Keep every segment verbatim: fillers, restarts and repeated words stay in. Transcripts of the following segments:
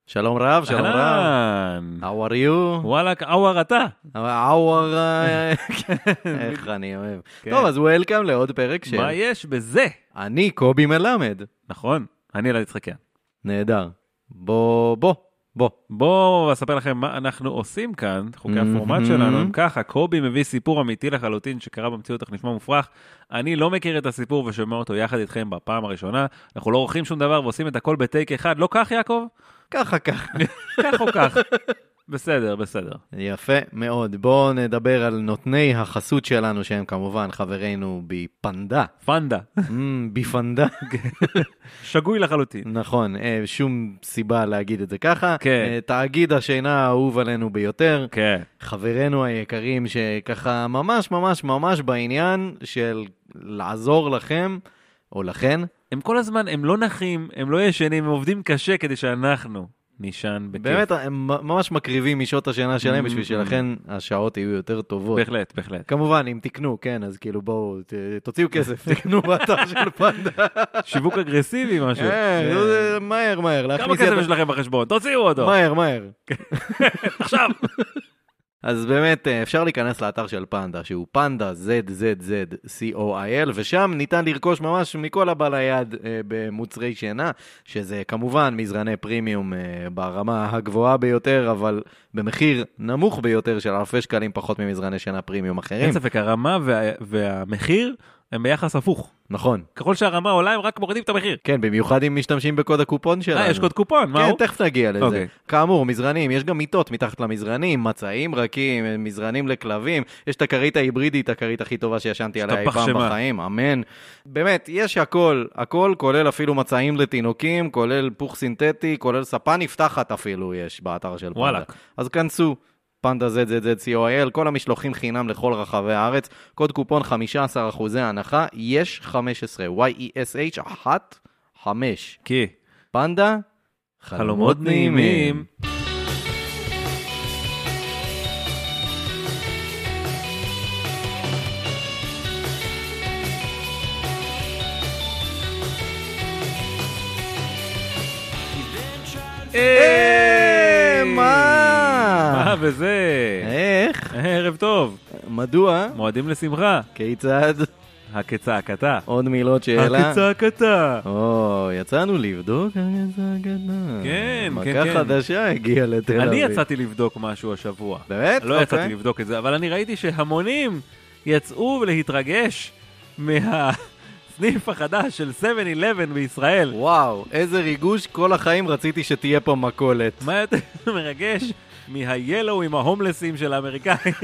שלום רב, שלום רב. אהלן. How are you? וואלק, אוואר אתה. אוואר... איך אני אוהב. טוב, אז וולקאם לעוד פרק של... מה יש בזה? אני קובי מלמד. נכון, אני אלעד יצחקיאן. נהדר. בוא, בוא, בוא. בואו אספר לכם מה אנחנו עושים כאן, חוקי הפורמט שלנו הם ככה, קובי מביא סיפור אמיתי לחלוטין שקרה במציאות, איך נשמע מופרך, אני לא מכיר את הסיפור ושומע אותו יחד איתכם בפעם הראשונה, אנחנו לא עורכים שום דבר ועושים את הכל בטייק אחד, לא כך יעקב? ככה, ככה. כך או כך. בסדר, בסדר. יפה מאוד. בואו נדבר על נותני החסות שלנו, שהם כמובן חברינו בפנדה. פנדה. בפנדה. שגוי לחלוטין. נכון, שום סיבה להגיד את זה ככה. כן. תאגיד השינה האהוב עלינו ביותר. כן. חברינו היקרים שככה ממש ממש ממש בעניין של לעזור לכם, או לכן. הם כל הזמן, הם לא נחים, הם לא ישנים, הם עובדים קשה כדי שאנחנו נשען בכיף. באמת, הם ממש מקריבים משעות השינה שלהם, בשביל שלכן השעות יהיו יותר טובות. בהחלט, בהחלט. כמובן, אם תקנו, כן, אז כאילו בואו, תוציאו כסף, תקנו באתר של פנדה. שיווק אגרסיבי משהו. מהר, מהר. כמה כסף יש לכם בחשבון? תוציאו אותו. מהר, מהר. עכשיו. אז באמת אפשר להיכנס לאתר של פנדה, שהוא פנדה זד זד זד סי או איי אל, ושם ניתן לרכוש ממש מכל הבא ליד אה, במוצרי שינה, שזה כמובן מזרני פרימיום אה, ברמה הגבוהה ביותר, אבל במחיר נמוך ביותר של אלפי שקלים פחות ממזרני שינה פרימיום אחרים. אין ספק, הרמה וה... והמחיר הם ביחס הפוך. נכון. ככל שהרמה עולה, הם רק מורידים את המחיר. כן, במיוחד אם משתמשים בקוד הקופון שלנו. אה, יש קוד קופון, מה הוא? כן, תכף נגיע לזה. אוקיי. כאמור, מזרנים, יש גם מיטות מתחת למזרנים, מצעים רכים, מזרנים לכלבים, יש את הכרית ההיברידית, הכרית הכי טובה שישנתי עליה אי פעם בחיים, אמן. באמת, יש הכל, הכל, כולל אפילו מצעים לתינוקים, כולל פוך סינתטי, כולל ספה נפתחת אפילו יש באתר של פנדה. אז כנסו. פנדה זד זד זד סי או איי אל, כל המשלוחים חינם לכל רחבי הארץ, קוד קופון חמישה עשר אחוז הנחה, יש חמש עשרה, וואי אי אס אייץ' אחת, חמש. כי פנדה, חלומות נעימים. אה, מה? מה וזה? איך? ערב טוב. מדוע? מועדים לשמחה. כיצד? הקצעקתה. עוד מילות שאלה? הקצעקתה. או, יצאנו לבדוק הקצעקתה. כן, כן, כן. מכה חדשה הגיעה לתל אביב. אני יצאתי לבדוק משהו השבוע. באמת? לא יצאתי לבדוק את זה, אבל אני ראיתי שהמונים יצאו להתרגש מהסניף החדש של שבע אלף בישראל. וואו, איזה ריגוש, כל החיים רציתי שתהיה פה מקולת. מה יותר מרגש מהיילו עם ההומלסים של האמריקאים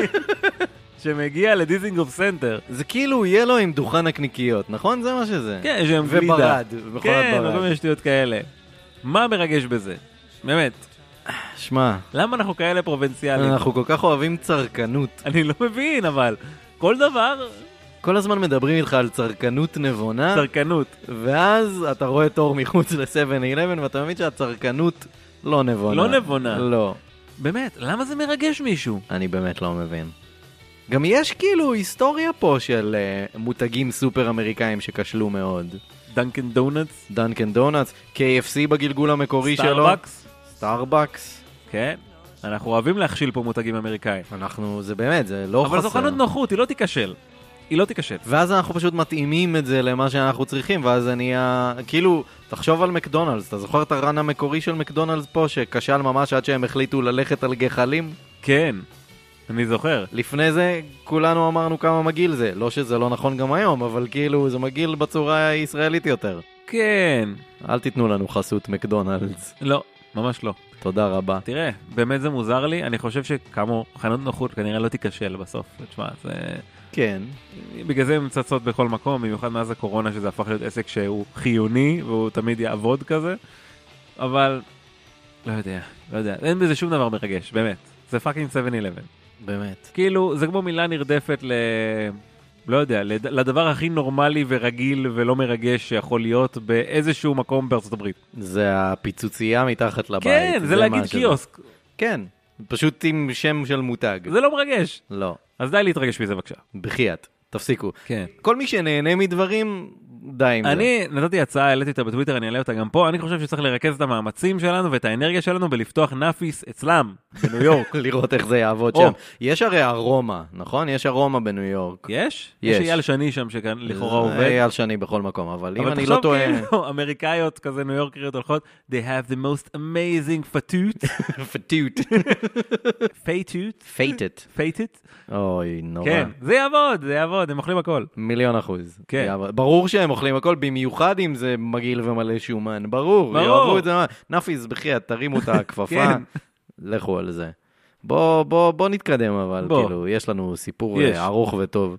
שמגיע לדיזינגוף סנטר? זה כאילו ילו עם דוכן הקניקיות, נכון? זה מה שזה? כן, יש שם גלידה. וברד, כן, ברד. וכל מיני שטויות כאלה. מה מרגש בזה? באמת. שמע, למה אנחנו כאלה פרובינציאליים? אנחנו כל כך אוהבים צרכנות. אני לא מבין, אבל כל דבר... כל הזמן מדברים איתך על צרכנות נבונה. צרכנות. ואז אתה רואה תור מחוץ ל-שבע אלף ואתה מבין שהצרכנות לא נבונה. לא נבונה. לא. באמת, למה זה מרגש מישהו? אני באמת לא מבין. גם יש כאילו היסטוריה פה של uh, מותגים סופר אמריקאים שכשלו מאוד. דנקן דונטס? דנקן דונטס, קיי אף סי בגלגול המקורי שלו. סטארבקס? סטארבקס. כן. אנחנו אוהבים להכשיל פה מותגים אמריקאים. אנחנו, זה באמת, זה לא חסר. אבל זו חנות נוחות, היא לא תיכשל. היא לא תיכשל. ואז אנחנו פשוט מתאימים את זה למה שאנחנו צריכים, ואז זה נהיה, כאילו, תחשוב על מקדונלדס, אתה זוכר את הרן המקורי של מקדונלדס פה, שכשל ממש עד שהם החליטו ללכת על גחלים? כן, אני זוכר. לפני זה כולנו אמרנו כמה מגיל זה, לא שזה לא נכון גם היום, אבל כאילו זה מגיל בצורה הישראלית יותר. כן. אל תיתנו לנו חסות מקדונלדס. לא, ממש לא. תודה רבה. תראה, באמת זה מוזר לי, אני חושב שכמו חנות נוחות כנראה לא תיכשל בסוף. תשמע, זה... כן. בגלל זה הן מצצות בכל מקום, במיוחד מאז הקורונה שזה הפך להיות עסק שהוא חיוני והוא תמיד יעבוד כזה, אבל לא יודע, לא יודע, אין בזה שום דבר מרגש, באמת. זה פאקינג שבע אלף. באמת. כאילו, זה כמו מילה נרדפת ל... לא יודע, לדבר הכי נורמלי ורגיל ולא מרגש שיכול להיות באיזשהו מקום בארצות הברית. זה הפיצוצייה מתחת לבית. כן, זה, זה להגיד קיוסק. כן, פשוט עם שם של מותג. זה לא מרגש. לא. אז די להתרגש מזה בבקשה. בחייאת, תפסיקו. כן. כל מי שנהנה מדברים, די עם זה. אני נתתי הצעה, העליתי אותה בטוויטר, אני אעלה אותה גם פה, אני חושב שצריך לרכז את המאמצים שלנו ואת האנרגיה שלנו בלפתוח נאפיס אצלם, בניו יורק. לראות איך זה יעבוד שם. יש הרי ארומה, נכון? יש ארומה בניו יורק. יש? יש אייל שני שם שכאן לכאורה עובד. אייל שני בכל מקום, אבל אם אני לא אבל טועה... תחשוב כאילו, אמריקאיות כזה ניו יורקריות הולכות, they have the most amazing fatute. פטוט. פייטוט. פייטט. פייטט. אוי, נורא. כן, זה יעבוד, זה יעבוד, הם אוכלים הכל. מיליון אחוז. כן. ברור שהם אוכלים הכל, במיוחד אם זה מגעיל ומלא שומן. ברור. ברור. יאהבו את זה. נאפיס, בחייאת, תרימו את הכפפה. לכו על זה. בוא, בוא, בוא נתקדם, אבל בוא. כאילו, יש לנו סיפור יש. ארוך וטוב.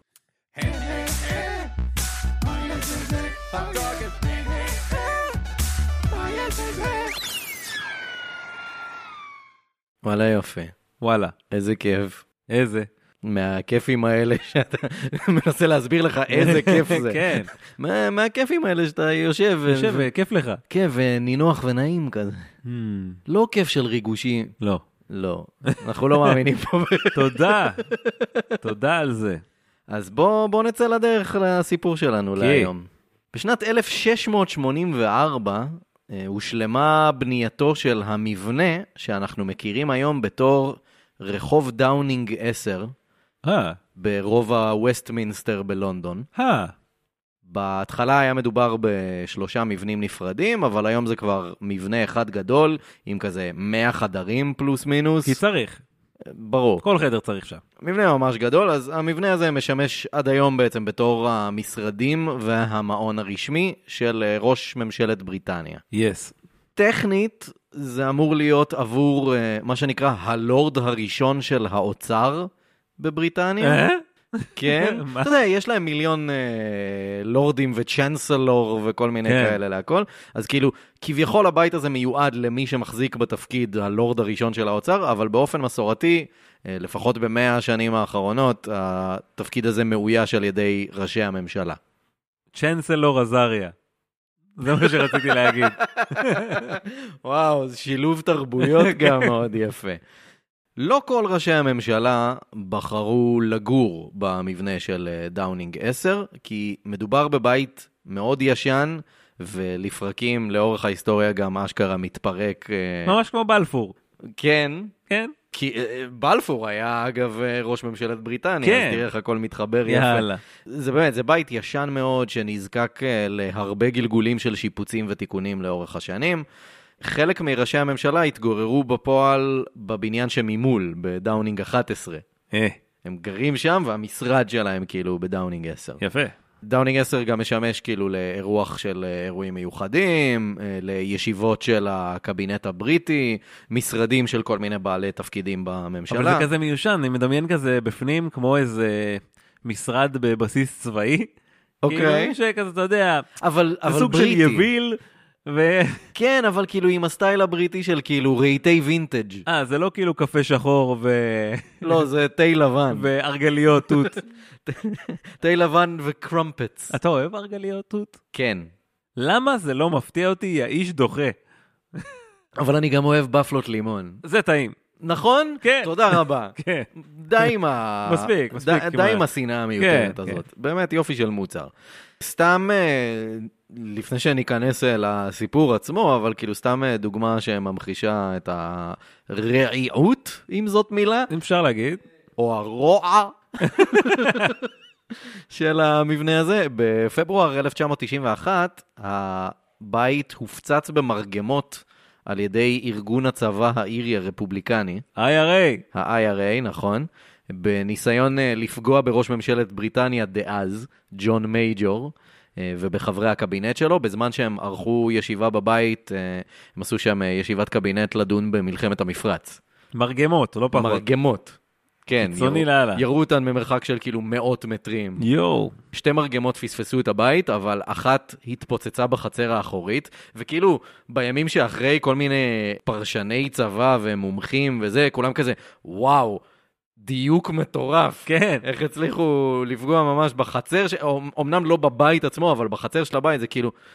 וואלה יופי. וואלה. איזה כיף. איזה. מהכיפים האלה שאתה מנסה להסביר לך איזה כיף זה. כן. מה, מהכיפים האלה שאתה יושב. יושב, ו... כיף לך. כיף ונינוח ונעים כזה. Hmm. לא כיף של ריגושים. לא. לא. אנחנו לא מאמינים פה. תודה. תודה על זה. אז בוא, בוא נצא לדרך לסיפור שלנו כי... להיום. בשנת אלף שש מאות שמונים וארבע אה, הושלמה בנייתו של המבנה שאנחנו מכירים היום בתור רחוב דאונינג עשר. אה. ברובע ווסטמינסטר בלונדון. אה. בהתחלה היה מדובר בשלושה מבנים נפרדים, אבל היום זה כבר מבנה אחד גדול, עם כזה מאה חדרים פלוס מינוס. כי צריך. ברור. כל חדר צריך שם. מבנה ממש גדול, אז המבנה הזה משמש עד היום בעצם בתור המשרדים והמעון הרשמי של ראש ממשלת בריטניה. Yes. טכנית, זה אמור להיות עבור מה שנקרא הלורד הראשון של האוצר בבריטניה. אה? כן, אתה יודע, יש להם מיליון אה, לורדים וצ'אנסלור וכל מיני כן. כאלה להכל, אז כאילו, כביכול הבית הזה מיועד למי שמחזיק בתפקיד הלורד הראשון של האוצר, אבל באופן מסורתי, אה, לפחות במאה השנים האחרונות, התפקיד הזה מאויש על ידי ראשי הממשלה. צ'אנסלור עזריה. זה מה שרציתי להגיד. וואו, זה שילוב תרבויות גם מאוד יפה. לא כל ראשי הממשלה בחרו לגור במבנה של דאונינג עשר, כי מדובר בבית מאוד ישן, ולפרקים לאורך ההיסטוריה גם אשכרה מתפרק. ממש כמו בלפור. כן. כן. כי בלפור היה אגב ראש ממשלת בריטניה, כן. אז תראה איך הכל מתחבר יאללה. יפה. זה באמת, זה בית ישן מאוד, שנזקק להרבה גלגולים של שיפוצים ותיקונים לאורך השנים. חלק מראשי הממשלה התגוררו בפועל בבניין שממול, בדאונינג אחת עשרה. אה. הם גרים שם, והמשרד שלהם כאילו בדאונינג עשר. יפה. דאונינג עשר גם משמש כאילו לאירוח של אירועים מיוחדים, לישיבות של הקבינט הבריטי, משרדים של כל מיני בעלי תפקידים בממשלה. אבל זה כזה מיושן, אני מדמיין כזה בפנים כמו איזה משרד בבסיס צבאי. אוקיי. כאילו שכזה, אתה יודע, אבל, זה אבל סוג בריטי. של יביל. ו... כן, אבל כאילו עם הסטייל הבריטי של כאילו רהיטי וינטג'. אה, זה לא כאילו קפה שחור ו... לא, זה תה לבן. וארגליות תות. תה לבן וקרמפטס. אתה אוהב ארגליות תות? כן. למה זה לא מפתיע אותי, יא איש דוחה? אבל אני גם אוהב בפלות לימון. זה טעים. נכון? כן. תודה רבה. כן. די עם ה... מספיק, מספיק. די, די עם השנאה המיותרת כן, הזאת. באמת יופי של מוצר. סתם, לפני שניכנס לסיפור עצמו, אבל כאילו סתם דוגמה שממחישה את הרעיות, אם זאת מילה. אם אפשר להגיד. או הרוע של המבנה הזה. בפברואר אלף תשע מאות תשעים ואחת, הבית הופצץ במרגמות על ידי ארגון הצבא האירי הרפובליקני. איי אר איי. ה-איי אר איי, נכון. בניסיון לפגוע בראש ממשלת בריטניה דאז, ג'ון מייג'ור, ובחברי הקבינט שלו. בזמן שהם ערכו ישיבה בבית, הם עשו שם ישיבת קבינט לדון במלחמת המפרץ. מרגמות, לא פחות. מרגמות. כן, קיצוני לאללה. יראו אותן ממרחק של כאילו מאות מטרים. יואו. שתי מרגמות פספסו את הבית, אבל אחת התפוצצה בחצר האחורית, וכאילו בימים שאחרי כל מיני פרשני צבא ומומחים וזה, כולם כזה, וואו, דיוק מטורף. כן. איך הצליחו לפגוע ממש בחצר, ש... אומנם לא בבית עצמו, אבל בחצר של הבית זה כאילו,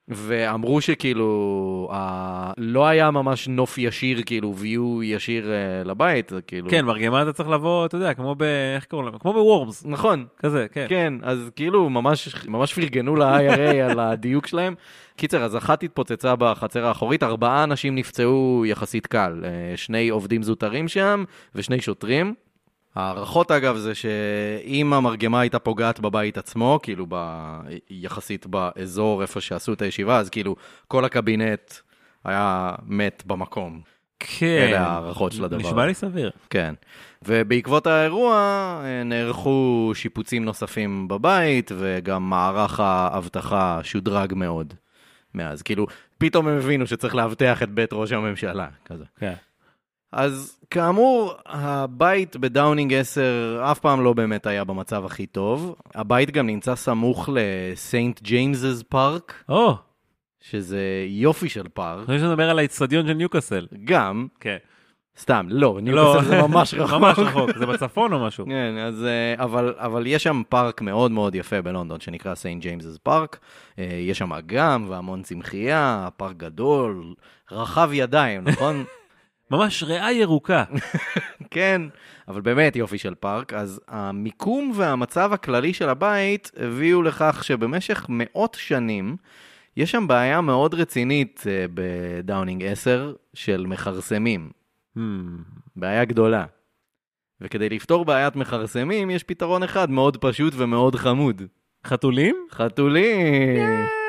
ואמרו שכאילו, ה... לא היה ממש נוף ישיר, כאילו, ויו ישיר uh, לבית, כאילו... כן, מרגמה אתה צריך לבוא, אתה יודע, כמו ב... איך קוראים להם? כמו בוורמס. נכון. כזה, כן. כן, אז כאילו, ממש, ממש פרגנו ל-איי אר איי על הדיוק שלהם. קיצר, אז אחת התפוצצה בחצר האחורית, ארבעה אנשים נפצעו יחסית קל, שני עובדים זוטרים שם ושני שוטרים. הערכות אגב זה שאם המרגמה הייתה פוגעת בבית עצמו, כאילו ב... יחסית באזור איפה שעשו את הישיבה, אז כאילו כל הקבינט היה מת במקום. כן. אלה הערכות של הדבר. נשמע לי סביר. כן. ובעקבות האירוע נערכו שיפוצים נוספים בבית, וגם מערך האבטחה שודרג מאוד מאז. כאילו, פתאום הם הבינו שצריך להבטח את בית ראש הממשלה, כזה. כן. אז כאמור, הבית בדאונינג עשר אף פעם לא באמת היה במצב הכי טוב. הבית גם נמצא סמוך לסיינט ג'יימס's פארק. או. שזה יופי של פארק. אני חושב שנדבר על האצטדיון של ניוקאסל. גם. כן. סתם, לא, ניוקאסל זה ממש רחוק. ממש רחוק, זה בצפון או משהו? כן, אז, אבל, אבל יש שם פארק מאוד מאוד יפה בלונדון, שנקרא סיינט ג'יימס's פארק. יש שם אגם והמון צמחייה, פארק גדול, רחב ידיים, נכון? ממש ריאה ירוקה. כן, אבל באמת יופי של פארק. אז המיקום והמצב הכללי של הבית הביאו לכך שבמשך מאות שנים, יש שם בעיה מאוד רצינית בדאונינג עשר של מחרסמים. Hmm. בעיה גדולה. וכדי לפתור בעיית מחרסמים, יש פתרון אחד מאוד פשוט ומאוד חמוד. חתולים? חתולים!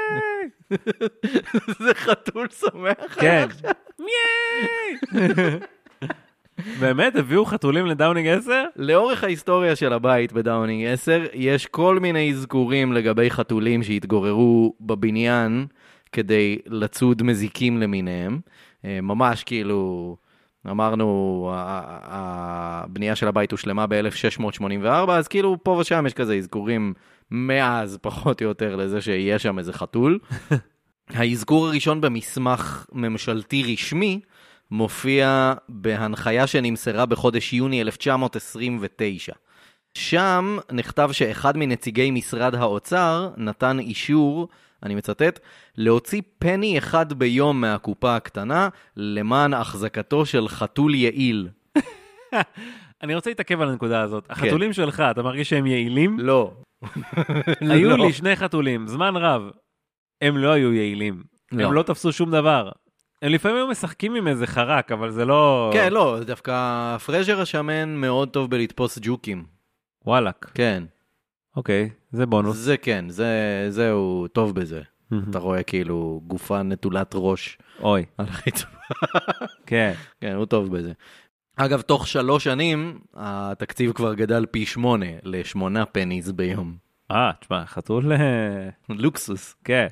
זה חתול שמח. כן. באמת, הביאו חתולים לדאונינג עשר? לאורך ההיסטוריה של הבית בדאונינג עשר, יש כל מיני אזכורים לגבי חתולים שהתגוררו בבניין כדי לצוד מזיקים למיניהם. ממש כאילו, אמרנו, הבנייה של הבית הושלמה ב-אלף שש מאות שמונים וארבע, אז כאילו פה ושם יש כזה אזכורים מאז פחות או יותר לזה שיהיה שם איזה חתול. האזכור הראשון במסמך ממשלתי רשמי מופיע בהנחיה שנמסרה בחודש יוני אלף תשע מאות עשרים ותשע. שם נכתב שאחד מנציגי משרד האוצר נתן אישור, אני מצטט, להוציא פני אחד ביום מהקופה הקטנה למען החזקתו של חתול יעיל. אני רוצה להתעכב על הנקודה הזאת. החתולים שלך, אתה מרגיש שהם יעילים? לא. היו לי שני חתולים, זמן רב. הם לא היו יעילים. הם לא תפסו שום דבר. הם לפעמים היו משחקים עם איזה חרק, אבל זה לא... כן, לא, דווקא פרז'ר השמן מאוד טוב בלתפוס ג'וקים. וואלק. כן. אוקיי, זה בונוס. זה כן, זה, זה הוא טוב בזה. אתה רואה כאילו גופה נטולת ראש. אוי. על החיצה. כן. כן, הוא טוב בזה. אגב, תוך שלוש שנים, התקציב כבר גדל פי שמונה, לשמונה פניז ביום. אה, תשמע, חתול... לוקסוס. כן.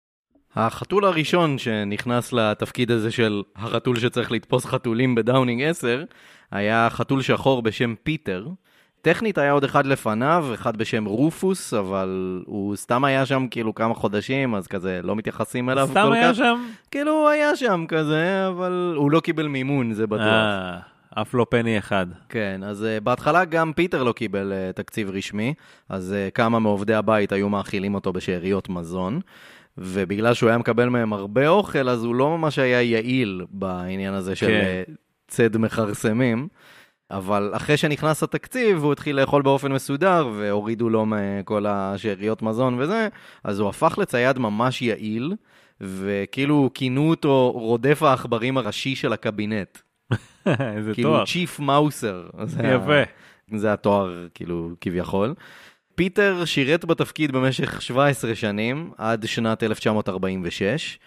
החתול הראשון שנכנס לתפקיד הזה של החתול שצריך לתפוס חתולים בדאונינג עשר, היה חתול שחור בשם פיטר. טכנית היה עוד אחד לפניו, אחד בשם רופוס, אבל הוא סתם היה שם כאילו כמה חודשים, אז כזה לא מתייחסים אליו כל כך. סתם היה שם? כאילו הוא היה שם כזה, אבל הוא לא קיבל מימון, זה בטוח. אה, אף לא פני אחד. כן, אז uh, בהתחלה גם פיטר לא קיבל uh, תקציב רשמי, אז uh, כמה מעובדי הבית היו מאכילים אותו בשאריות מזון, ובגלל שהוא היה מקבל מהם הרבה אוכל, אז הוא לא ממש היה יעיל בעניין הזה של כן. uh, צד מחרסמים, אבל אחרי שנכנס התקציב, הוא התחיל לאכול באופן מסודר, והורידו לו מכל השאריות מזון וזה, אז הוא הפך לצייד ממש יעיל, וכאילו כינו אותו רודף האחברים הראשי של הקבינט. איזה כאילו תואר. צ'יף מאוסר. יפה. זה התואר, כאילו, כביכול. פיטר שירת בתפקיד במשך שבע עשרה שנים, עד שנת אלף תשע מאות ארבעים ושש.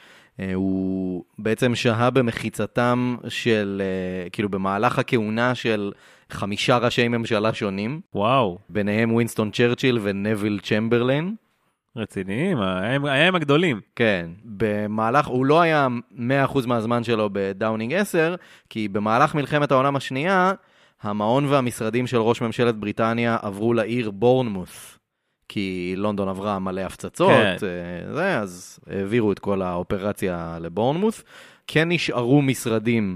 הוא בעצם שהה במחיצתם של, כאילו, במהלך הכהונה של חמישה ראשי ממשלה שונים. וואו. ביניהם ווינסטון צ'רצ'יל ונביל צ'מברליין. רציניים, היה הם הגדולים. כן, במהלך, הוא לא היה מאה אחוז מהזמן שלו בדאונינג עשר, כי במהלך מלחמת העולם השנייה, המעון והמשרדים של ראש ממשלת בריטניה עברו לעיר בורנמות', כי לונדון עברה מלא הפצצות, כן. זה, אז העבירו את כל האופרציה לבורנמות'. כן נשארו משרדים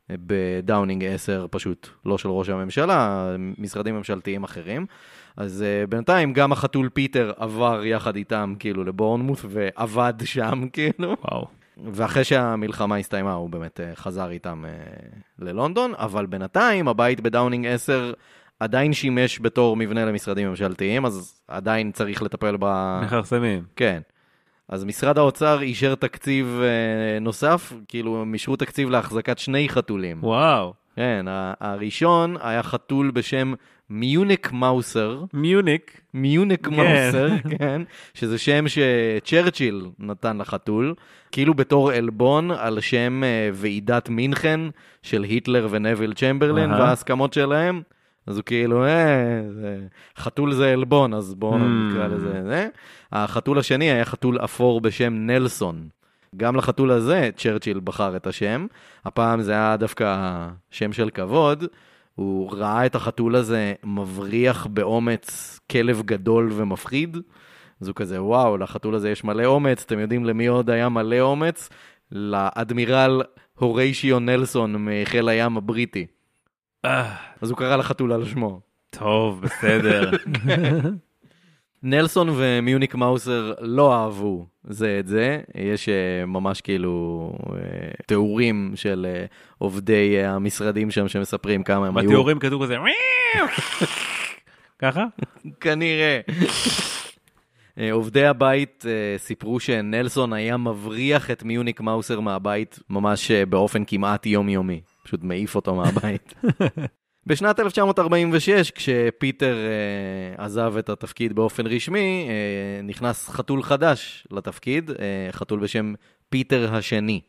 בדאונינג עשר, פשוט לא של ראש הממשלה, משרדים ממשלתיים אחרים. אז uh, בינתיים גם החתול פיטר עבר יחד איתם כאילו לבורנמות' ועבד שם כאילו. וואו. ואחרי שהמלחמה הסתיימה הוא באמת uh, חזר איתם uh, ללונדון, אבל בינתיים הבית בדאונינג עשר עדיין שימש בתור מבנה למשרדים ממשלתיים, אז עדיין צריך לטפל ב... מחרסמים. כן. אז משרד האוצר אישר תקציב uh, נוסף, כאילו הם אישרו תקציב להחזקת שני חתולים. וואו. כן, הראשון היה חתול בשם מיוניק מאוסר. מיוניק. מיוניק מאוסר, כן. שזה שם שצ'רצ'יל נתן לחתול, כאילו בתור אלבון על שם ועידת מינכן של היטלר ונביל צ'מברלין וההסכמות שלהם. אז הוא כאילו, אה, חתול זה אלבון, אז בואו נקרא לזה. זה. החתול השני היה חתול אפור בשם נלסון. גם לחתול הזה צ'רצ'יל בחר את השם. הפעם זה היה דווקא שם של כבוד. הוא ראה את החתול הזה מבריח באומץ כלב גדול ומפחיד. אז הוא כזה, וואו, לחתול הזה יש מלא אומץ. אתם יודעים למי עוד היה מלא אומץ? לאדמירל הוריישיו נלסון מחיל הים הבריטי. אז הוא קרא לחתול על שמו. טוב, בסדר. נלסון ומיוניק מאוסר לא אהבו זה את זה. יש ממש כאילו תיאורים של עובדי המשרדים שם שמספרים כמה הם היו. בתיאורים כתוב כזה. ככה? כנראה. עובדי הבית סיפרו שנלסון היה מבריח את מיוניק מאוסר מהבית ממש באופן כמעט יומיומי. פשוט מעיף אותו מהבית. בשנת אלף תשע מאות ארבעים ושש, כשפיטר אה, עזב את התפקיד באופן רשמי, אה, נכנס חתול חדש לתפקיד, אה, חתול בשם פיטר השני.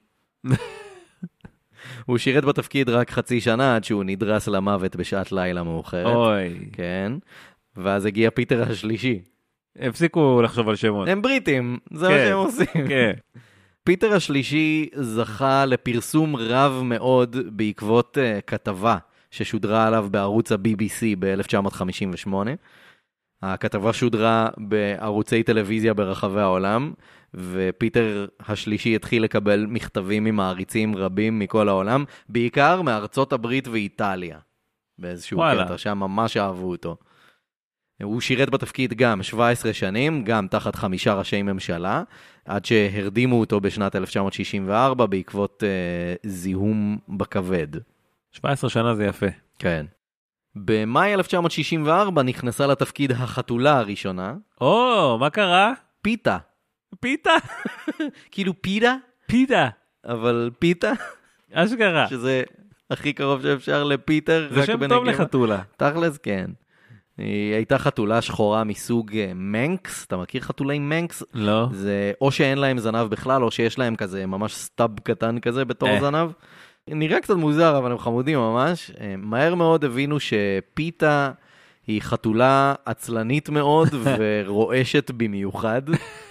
הוא שירת בתפקיד רק חצי שנה, עד שהוא נדרס למוות בשעת לילה מאוחרת. אוי. כן. ואז הגיע פיטר השלישי. הפסיקו לחשוב על שמות. הם בריטים, זה כן, מה שהם עושים. כן. פיטר השלישי זכה לפרסום רב מאוד בעקבות uh, כתבה ששודרה עליו בערוץ ה-בי בי סי ב-אלף תשע מאות חמישים ושמונה. הכתבה שודרה בערוצי טלוויזיה ברחבי העולם, ופיטר השלישי התחיל לקבל מכתבים ממעריצים רבים מכל העולם, בעיקר מארצות הברית ואיטליה. באיזשהו וואלה. קטע, שם ממש אהבו אותו. הוא שירת בתפקיד גם שבע עשרה שנים, גם תחת חמישה ראשי ממשלה, עד שהרדימו אותו בשנת אלף תשע מאות שישים וארבע בעקבות אה, זיהום בכבד. שבע עשרה שנה זה יפה. כן. במאי אלף תשע מאות שישים וארבע נכנסה לתפקיד החתולה הראשונה. או, מה קרה? פיתה. פיתה? כאילו פיתה, פיתה. אבל פיתה, אשכרה. שזה הכי קרוב שאפשר לפיטר. זה שם טוב לחתולה. תכלס, כן. היא הייתה חתולה שחורה מסוג מנקס. אתה מכיר חתולי מנקס? לא. זה או שאין להם זנב בכלל, או שיש להם כזה ממש סטאב קטן כזה בתור אה. זנב. נראה קצת מוזר, אבל הם חמודים ממש. מהר מאוד הבינו שפיתה היא חתולה עצלנית מאוד ורועשת במיוחד,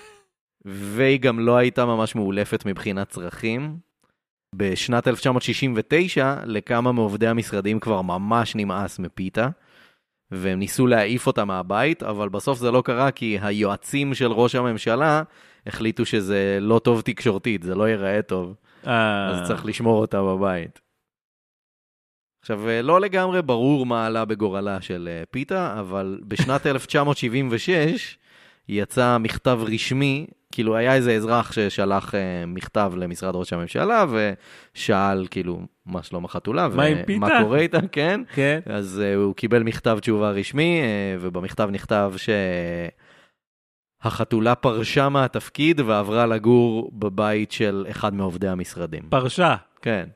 והיא גם לא הייתה ממש מאולפת מבחינת צרכים. בשנת אלף תשע מאות שישים ותשע, לכמה מעובדי המשרדים כבר ממש נמאס מפיתה, והם ניסו להעיף אותה מהבית, אבל בסוף זה לא קרה, כי היועצים של ראש הממשלה החליטו שזה לא טוב תקשורתית, זה לא ייראה טוב. אז צריך לשמור אותה בבית. עכשיו, לא לגמרי ברור מה עלה בגורלה של פיתה, אבל בשנת אלף תשע מאות שבעים ושש יצא מכתב רשמי, כאילו היה איזה אזרח ששלח מכתב למשרד ראש הממשלה, ושאל כאילו מה שלום החתולה, ומה קורה איתה, כן? כן. אז הוא קיבל מכתב תשובה רשמי, ובמכתב נכתב ש... החתולה פרשה מהתפקיד ועברה לגור בבית של אחד מעובדי המשרדים. פרשה. כן.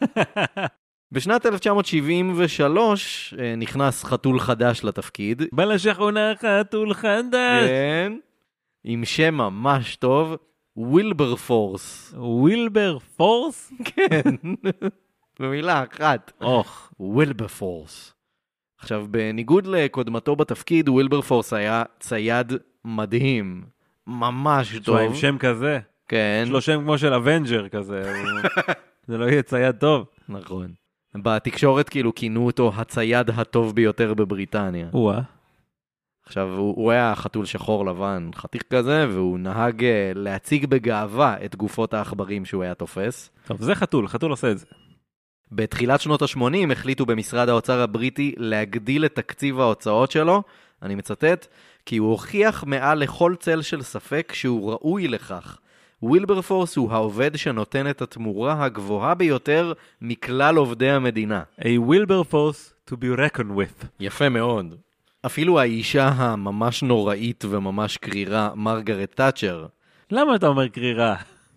בשנת אלף תשע מאות שבעים ושלוש נכנס חתול חדש לתפקיד. בא לשכונה חתול חדש. כן. עם שם ממש טוב, וילבר פורס. וילבר פורס? כן. במילה אחת. אוח. וילבר פורס. עכשיו, בניגוד לקודמתו בתפקיד, וילבר פורס היה צייד מדהים, ממש טוב. עם שם כזה. כן. יש לו שם כמו של אבנג'ר כזה. זה לא יהיה צייד טוב. נכון. בתקשורת כאילו כינו אותו הצייד הטוב ביותר בבריטניה. וואה. עכשיו, הוא, הוא היה חתול שחור לבן, חתיך כזה, והוא נהג להציג בגאווה את גופות האחברים שהוא היה תופס. טוב, זה חתול, חתול עושה את זה. בתחילת שנות ה-שמונים החליטו במשרד האוצר הבריטי להגדיל את תקציב ההוצאות שלו, אני מצטט, כי הוא הוכיח מעל לכל צל של ספק שהוא ראוי לכך. וילברפורס הוא העובד שנותן את התמורה הגבוהה ביותר מכלל עובדי המדינה. A Wilberforce to be reckoned with. יפה מאוד. אפילו האישה הממש נוראית וממש קרירה, מרגרט תאצ'ר. למה אתה אומר קרירה?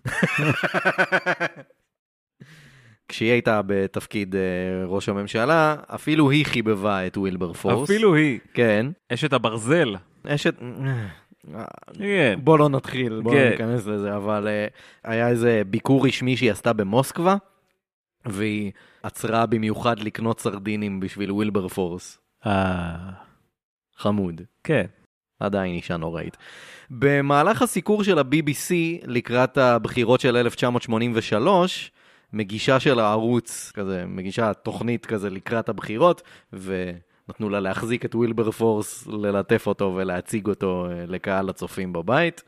כשהיא הייתה בתפקיד uh, ראש הממשלה, אפילו היא חיבבה את וילברפורס. אפילו היא. כן. אשת הברזל. אשת... כן. בוא לא נתחיל, בוא כן. ניכנס לזה, אבל uh, היה איזה ביקור רשמי שהיא עשתה במוסקבה, והיא עצרה במיוחד לקנות סרדינים בשביל וילברפורס. אה... חמוד. כן. עדיין אישה נוראית. במהלך הסיקור של ה-בי בי סי, לקראת הבחירות של אלף תשע מאות שמונים ושלוש, מגישה של הערוץ, כזה, מגישה תוכנית כזה לקראת הבחירות, ונתנו לה להחזיק את וילברפורס, ללטף אותו ולהציג אותו לקהל הצופים בבית.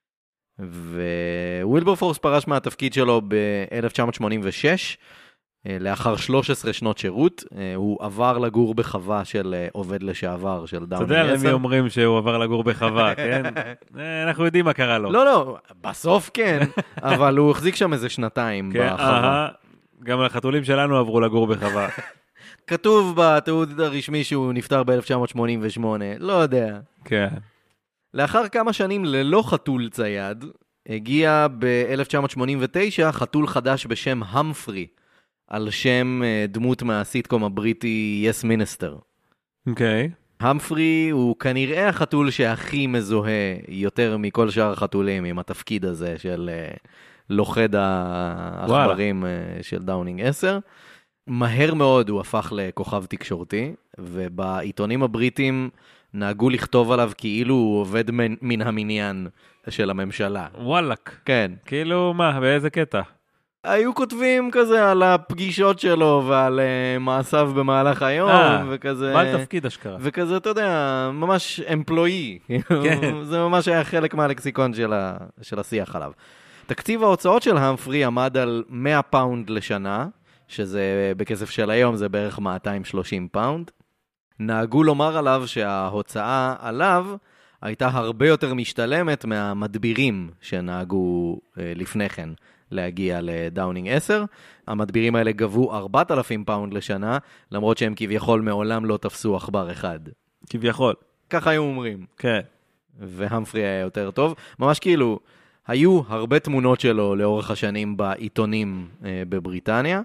ווילברפורס פרש מהתפקיד שלו ב-אלף תשע מאות שמונים ושש, לאחר שלוש עשרה שנות שירות, הוא עבר לגור בחווה של עובד לשעבר של דאונינג עשר. אתה יודע למי אומרים שהוא עבר לגור בחווה, כן? אנחנו יודעים מה קרה לו. לא, לא, בסוף כן, אבל הוא החזיק שם איזה שנתיים בחווה. גם החתולים שלנו עברו לגור בחווה. כתוב בתיעוד הרשמי שהוא נפטר ב-אלף תשע מאות שמונים ושמונה, לא יודע. כן. לאחר כמה שנים ללא חתול צייד, הגיע ב-אלף תשע מאות שמונים ותשע חתול חדש בשם המפרי, על שם דמות מהסיטקום הבריטי Yes Minister. אוקיי. Okay. המפרי הוא כנראה החתול שהכי מזוהה יותר מכל שאר החתולים עם התפקיד הזה של לוחד האחברים של דאונינג עשר. מהר מאוד הוא הפך לכוכב תקשורתי, ובעיתונים הבריטים נהגו לכתוב עליו כאילו הוא עובד מן המניין של הממשלה. וואלק. כן. כאילו מה, באיזה קטע? היו כותבים כזה על הפגישות שלו ועל uh, מעשיו במהלך היום, 아, וכזה... בעל תפקיד אשכרה. וכזה, אתה יודע, ממש אמפלואי. כן. זה ממש היה חלק מהלקסיקון של, ה, של השיח עליו. תקציב ההוצאות של המפרי עמד על מאה פאונד לשנה, שזה בכסף של היום זה בערך מאתיים ושלושים פאונד. נהגו לומר עליו שההוצאה עליו הייתה הרבה יותר משתלמת מהמדבירים שנהגו uh, לפני כן. להגיע לדאונינג עשר. המדבירים האלה גבו ארבעת אלפים פאונד לשנה, למרות שהם כביכול מעולם לא תפסו עכבר אחד. כביכול. ככה היו אומרים. כן. והמפרי היה יותר טוב. ממש כאילו, היו הרבה תמונות שלו לאורך השנים בעיתונים אה, בבריטניה,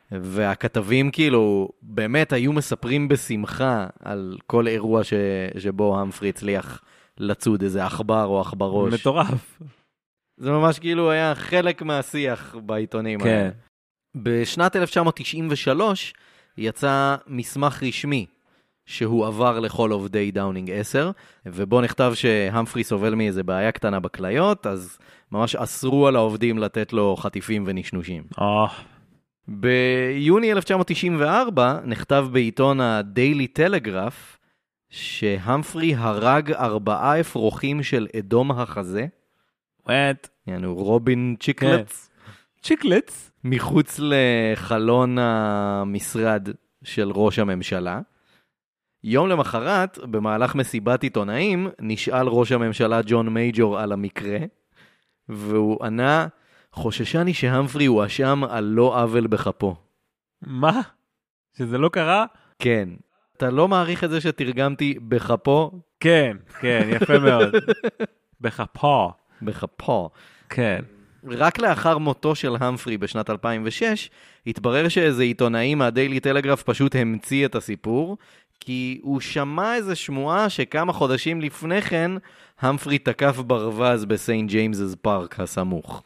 והכתבים כאילו באמת היו מספרים בשמחה על כל אירוע ש... שבו המפרי הצליח לצוד איזה עכבר או עכברוש. מטורף. זה ממש כאילו היה חלק מהשיח בעיתונים. כן. בשנת אלף תשע מאות תשעים ושלוש יצא מסמך רשמי שהוא עבר לכל עובדי דאונינג עשר, ובו נכתב שהמפרי סובל מאיזה בעיה קטנה בכליות, אז ממש אסרו על העובדים לתת לו חטיפים ונשנושים. אה. ביוני אלף תשע מאות תשעים וארבע נכתב בעיתון הדיילי טלגרף שהמפרי הרג ארבעה אפרוחים של אדום החזה, וואט? יענו רובין צ'יקלטס. צ'יקלטס? מחוץ לחלון המשרד של ראש הממשלה. יום למחרת, במהלך מסיבת עיתונאים, נשאל ראש הממשלה ג'ון מייג'ור על המקרה, והוא ענה, חוששני שהמפרי הוא אשם על לא עוול בכפו. מה? שזה לא קרה? כן. אתה לא מעריך את זה שתרגמתי בכפו? כן, כן, יפה מאוד. בכפו. בכפו. כן. רק לאחר מותו של המפרי בשנת אלפיים ושש, התברר שאיזה עיתונאי מהדיילי טלגרף פשוט המציא את הסיפור, כי הוא שמע איזה שמועה שכמה חודשים לפני כן, המפרי תקף ברווז בסיינט ג'יימס's פארק הסמוך.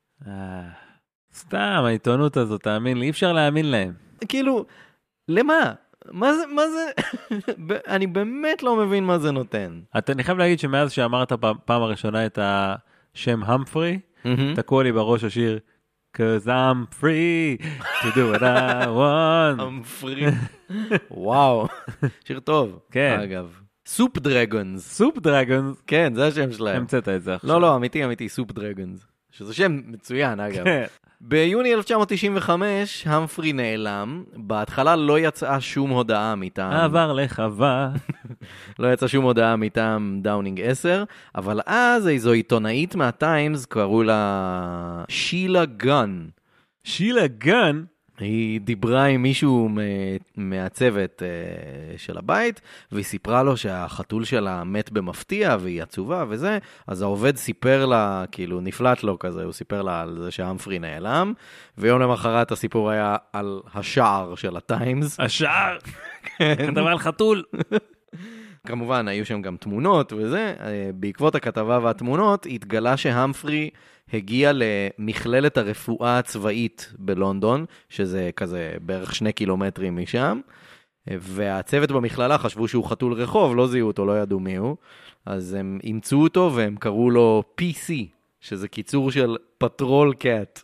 סתם, העיתונות הזאת, תאמין לי, אי אפשר להאמין להם. כאילו, למה? מה זה, מה זה? אני באמת לא מבין מה זה נותן. אני חייב להגיד שמאז שאמרת פעם הראשונה את השם המפרי, תקוע לי בראש השיר, Cause I'm free to do what I want. I'm free. וואו, שיר טוב. כן. אגב. סופ דרגונס. סופ דרגונס? כן, זה השם שלהם. המצאת את זה עכשיו. לא, לא, אמיתי, אמיתי, סופ דרגונס. שזה שם מצוין, אגב. כן. ביוני אלף תשע מאות תשעים וחמש, המפרי נעלם. בהתחלה לא יצאה שום הודעה מטעם... עבר לחווה. לא יצאה שום הודעה מטעם דאונינג עשר, אבל אז איזו עיתונאית מהטיימס, קראו לה שילה גן. שילה גן? היא דיברה עם מישהו מהצוות של הבית, והיא סיפרה לו שהחתול שלה מת במפתיע, והיא עצובה וזה, אז העובד סיפר לה, כאילו נפלט לו כזה, הוא סיפר לה על זה שהמפרי נעלם, ויום למחרת הסיפור היה על השער של הטיימס. השער? כתבה על חתול. כמובן, היו שם גם תמונות וזה, בעקבות הכתבה והתמונות, התגלה שהמפרי הגיע למכללת הרפואה הצבאית בלונדון, שזה כזה בערך שני קילומטרים משם, והצוות במכללה חשבו שהוא חתול רחוב, לא זיהו אותו, לא ידעו מי הוא, אז הם אימצו אותו והם קראו לו פי סי, שזה קיצור של פטרול קאט.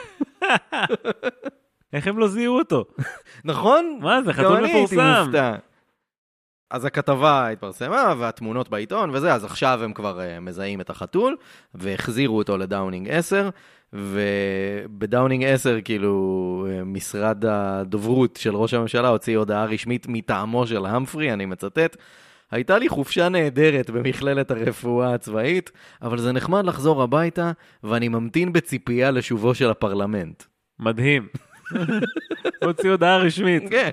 איך הם לא זיהו אותו? נכון? מה זה, חתול מפורסם. אז הכתבה התפרסמה, והתמונות בעיתון וזה, אז עכשיו הם כבר uh, מזהים את החתול, והחזירו אותו לדאונינג עשר, ובדאונינג עשר, כאילו, משרד הדוברות של ראש הממשלה הוציא הודעה רשמית מטעמו של המפרי, אני מצטט, הייתה לי חופשה נהדרת במכללת הרפואה הצבאית, אבל זה נחמד לחזור הביתה, ואני ממתין בציפייה לשובו של הפרלמנט. מדהים. הוציא הודעה רשמית. כן.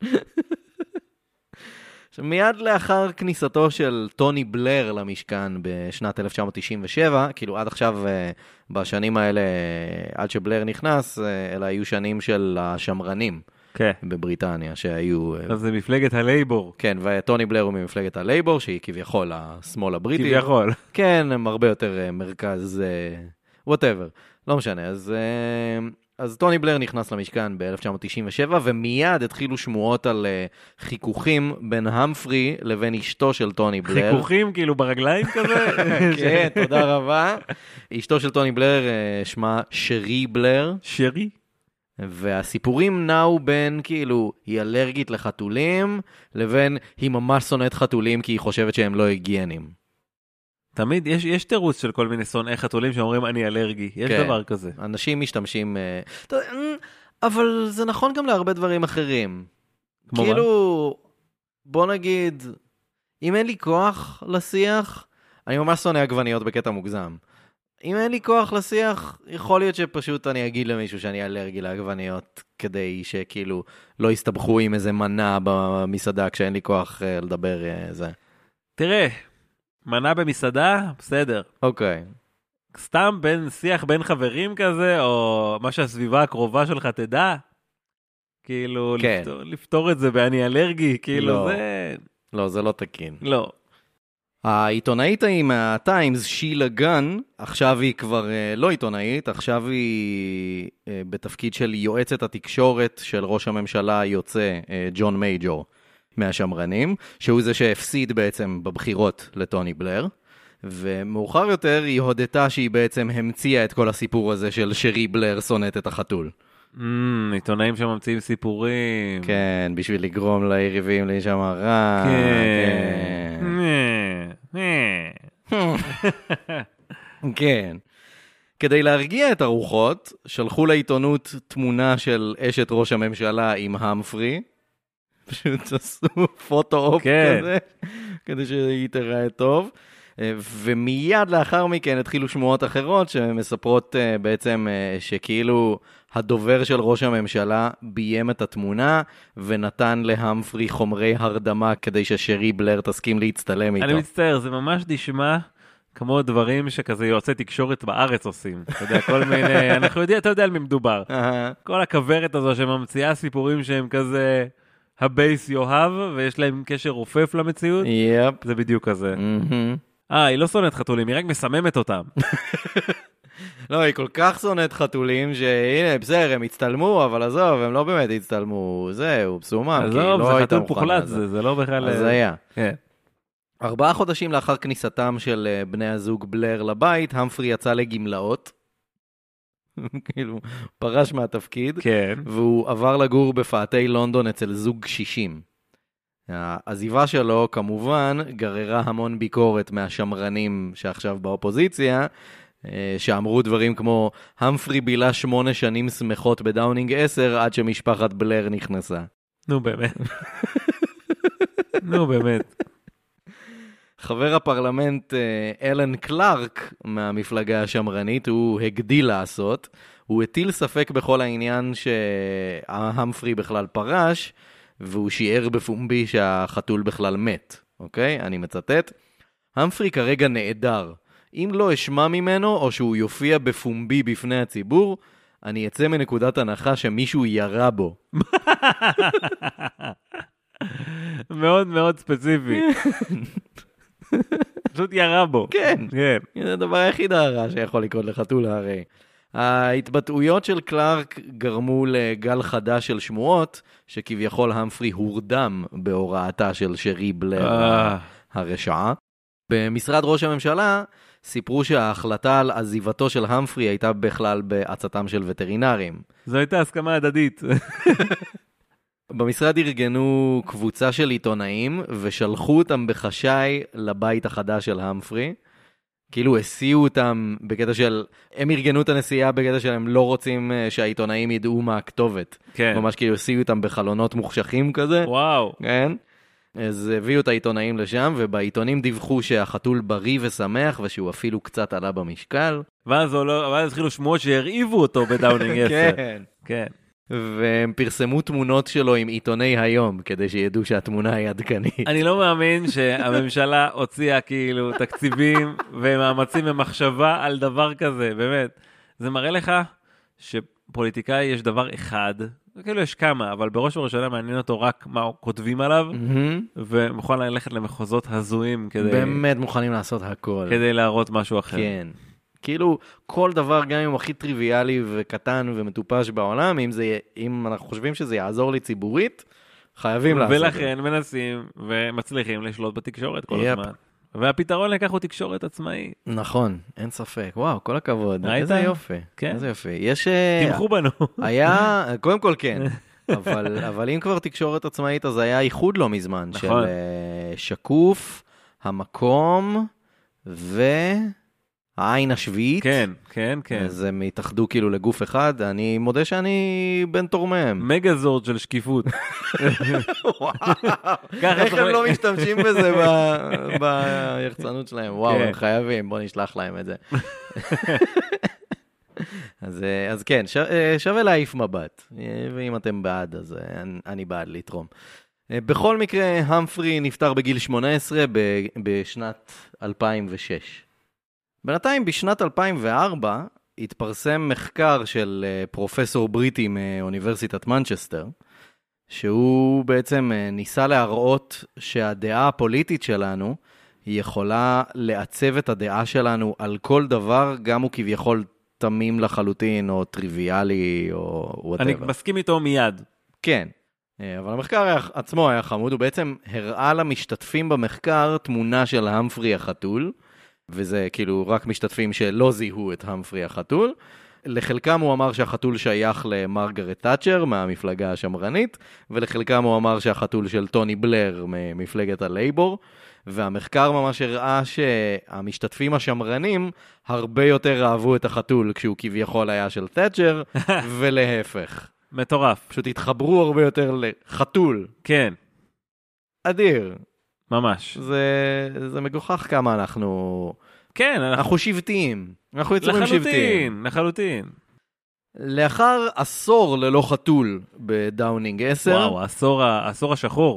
מיד לאחר כניסתו של טוני בלר למשכן בשנת אלף תשע מאות תשעים ושבע, כאילו עד עכשיו בשנים האלה, עד שבלר נכנס, אלה היו שנים של השמרנים כן. בבריטניה שהיו... אז זה מפלגת הלייבור. כן, וטוני בלר הוא ממפלגת הלייבור, שהיא כביכול השמאל הבריטי. כביכול. כן, הם הרבה יותר מרכז, whatever, לא משנה, אז... אז טוני בלר נכנס למשכן ב-אלף תשע מאות תשעים ושבע, ומיד התחילו שמועות על uh, חיכוכים בין המפרי לבין אשתו של טוני בלר. חיכוכים כאילו ברגליים כזה? כן, תודה רבה. אשתו של טוני בלר uh, שמה שרי בלר. שרי? והסיפורים נעו בין כאילו היא אלרגית לחתולים, לבין היא ממש שונאת חתולים כי היא חושבת שהם לא היגייניים. תמיד יש, יש תירוץ של כל מיני שונאי חתולים שאומרים אני אלרגי, יש כן, דבר כזה. אנשים משתמשים, uh, אבל זה נכון גם להרבה דברים אחרים. כמו כאילו, מה? בוא נגיד, אם אין לי כוח לשיח, אני ממש שונא עגבניות בקטע מוגזם. אם אין לי כוח לשיח, יכול להיות שפשוט אני אגיד למישהו שאני אלרגי לעגבניות, כדי שכאילו לא יסתבכו עם איזה מנה במסעדה כשאין לי כוח uh, לדבר uh, זה. תראה, מנה במסעדה, בסדר. אוקיי. סתם בין שיח בין חברים כזה, או מה שהסביבה הקרובה שלך תדע, כאילו כן. לפתור, לפתור את זה באני אלרגי, כאילו לא. זה... לא, זה לא תקין. לא. העיתונאית ההיא מהטיימס, שילה גן, עכשיו היא כבר לא עיתונאית, עכשיו היא בתפקיד של יועצת התקשורת של ראש הממשלה היוצא, ג'ון מייג'ור. מהשמרנים, שהוא זה שהפסיד בעצם בבחירות לטוני בלר, ומאוחר יותר היא הודתה שהיא בעצם המציאה את כל הסיפור הזה של שרי בלר שונאת את החתול. Mm, עיתונאים שממציאים סיפורים. כן, בשביל לגרום ליריבים להישמע רע. כן. כן. כדי להרגיע את הרוחות, שלחו לעיתונות תמונה של אשת ראש הממשלה עם המפרי, פשוט עשו פוטו-אופ כזה, כדי שהיא תראה טוב. ומיד לאחר מכן התחילו שמועות אחרות שמספרות בעצם שכאילו הדובר של ראש הממשלה ביים את התמונה ונתן להמפרי חומרי הרדמה כדי ששרי בלר תסכים להצטלם איתו. אני מצטער, זה ממש נשמע כמו דברים שכזה יועצי תקשורת בארץ עושים. אתה יודע, כל מיני, אנחנו יודעים, אתה יודע על מי מדובר. כל הכברת הזו שממציאה סיפורים שהם כזה... הבייס יאהב, ויש להם קשר רופף למציאות. יפ. זה בדיוק כזה. אה, היא לא שונאת חתולים, היא רק מסממת אותם. לא, היא כל כך שונאת חתולים, שהנה, בסדר, הם הצטלמו, אבל עזוב, הם לא באמת הצטלמו, זהו, פסומם. עזוב, זה חתול פוחלט, זה לא בכלל... אז היה. ארבעה חודשים לאחר כניסתם של בני הזוג בלר לבית, המפרי יצא לגמלאות. כאילו, פרש מהתפקיד, כן. והוא עבר לגור בפאתי לונדון אצל זוג קשישים. העזיבה שלו, כמובן, גררה המון ביקורת מהשמרנים שעכשיו באופוזיציה, שאמרו דברים כמו, המפרי בילה שמונה שנים שמחות בדאונינג עשר, עד שמשפחת בלר נכנסה. נו באמת. נו באמת. חבר הפרלמנט אלן קלארק מהמפלגה השמרנית, הוא הגדיל לעשות, הוא הטיל ספק בכל העניין שההמפרי בכלל פרש, והוא שיער בפומבי שהחתול בכלל מת, אוקיי? אני מצטט. המפרי כרגע נעדר. אם לא אשמע ממנו, או שהוא יופיע בפומבי בפני הציבור, אני אצא מנקודת הנחה שמישהו ירה בו. מאוד מאוד ספציפי. פשוט ירה בו. כן, כן. זה הדבר היחיד הרע שיכול לקרות לחתול הרי. ההתבטאויות של קלארק גרמו לגל חדש של שמועות, שכביכול המפרי הורדם בהוראתה של שרי בלר הרשעה. במשרד ראש הממשלה סיפרו שההחלטה על עזיבתו של המפרי הייתה בכלל בעצתם של וטרינרים. זו הייתה הסכמה הדדית. במשרד ארגנו קבוצה של עיתונאים ושלחו אותם בחשאי לבית החדש של המפרי. כאילו הסיעו אותם בקטע של, הם ארגנו את הנסיעה בקטע של הם לא רוצים שהעיתונאים ידעו מה הכתובת. כן. ממש כאילו הסיעו אותם בחלונות מוחשכים כזה. וואו. כן. אז הביאו את העיתונאים לשם, ובעיתונים דיווחו שהחתול בריא ושמח, ושהוא אפילו קצת עלה במשקל. ואז, לא, ואז התחילו שמועות שהרעיבו אותו בדאונינג עשר. כן. כן. והם פרסמו תמונות שלו עם עיתוני היום, כדי שידעו שהתמונה היא עדכנית. אני לא מאמין שהממשלה הוציאה כאילו תקציבים ומאמצים ומחשבה על דבר כזה, באמת. זה מראה לך שפוליטיקאי יש דבר אחד, כאילו יש כמה, אבל בראש ובראשונה מעניין אותו רק מה כותבים עליו, ומוכן ללכת למחוזות הזויים כדי... באמת מוכנים לעשות הכל. כדי להראות משהו אחר. כן. כאילו, כל דבר, גם אם הוא הכי טריוויאלי וקטן ומטופש בעולם, אם, זה, אם אנחנו חושבים שזה יעזור לי ציבורית, חייבים לעשות. ולכן מנסים ומצליחים לשלוט בתקשורת כל הזמן. והפתרון לכך הוא תקשורת עצמאית. נכון, אין ספק. וואו, כל הכבוד. ראית? איזה יופי. כן. איזה יופי. יש... תמכו בנו. היה, קודם כל כן. אבל, אבל אם כבר תקשורת עצמאית, אז היה איחוד לא מזמן. נכון. של שקוף, המקום, ו... העין השביעית. כן, כן, כן. אז הם התאחדו כאילו לגוף אחד. אני מודה שאני בן תורמיהם. מגזורד של שקיפות. איך הם לא משתמשים בזה ביחצנות שלהם? וואו, הם חייבים, בוא נשלח להם את זה. אז כן, שווה להעיף מבט. ואם אתם בעד, אז אני בעד לתרום. בכל מקרה, המפרי נפטר בגיל שמונה עשרה בשנת אלפיים ושש. בינתיים בשנת אלפיים וארבע התפרסם מחקר של פרופסור בריטי מאוניברסיטת מנצ'סטר, שהוא בעצם ניסה להראות שהדעה הפוליטית שלנו היא יכולה לעצב את הדעה שלנו על כל דבר, גם הוא כביכול תמים לחלוטין או טריוויאלי או whatever. אני מסכים איתו מיד. כן, אבל המחקר עצמו היה חמוד, הוא בעצם הראה למשתתפים במחקר תמונה של המפרי החתול, וזה כאילו רק משתתפים שלא זיהו את המפרי החתול. לחלקם הוא אמר שהחתול שייך למרגרט תאצ'ר מהמפלגה השמרנית, ולחלקם הוא אמר שהחתול של טוני בלר ממפלגת הלייבור, והמחקר ממש הראה שהמשתתפים השמרנים הרבה יותר אהבו את החתול כשהוא כביכול היה של תאצ'ר, ולהפך. מטורף. פשוט התחברו הרבה יותר לחתול. כן. אדיר. ממש. זה, זה מגוחך כמה אנחנו... כן. אנחנו, אנחנו שבטיים. אנחנו יצורים שבטיים. לחלוטין, לחלוטין. לאחר עשור ללא חתול בדאונינג עשר... וואו, העשור, העשור השחור.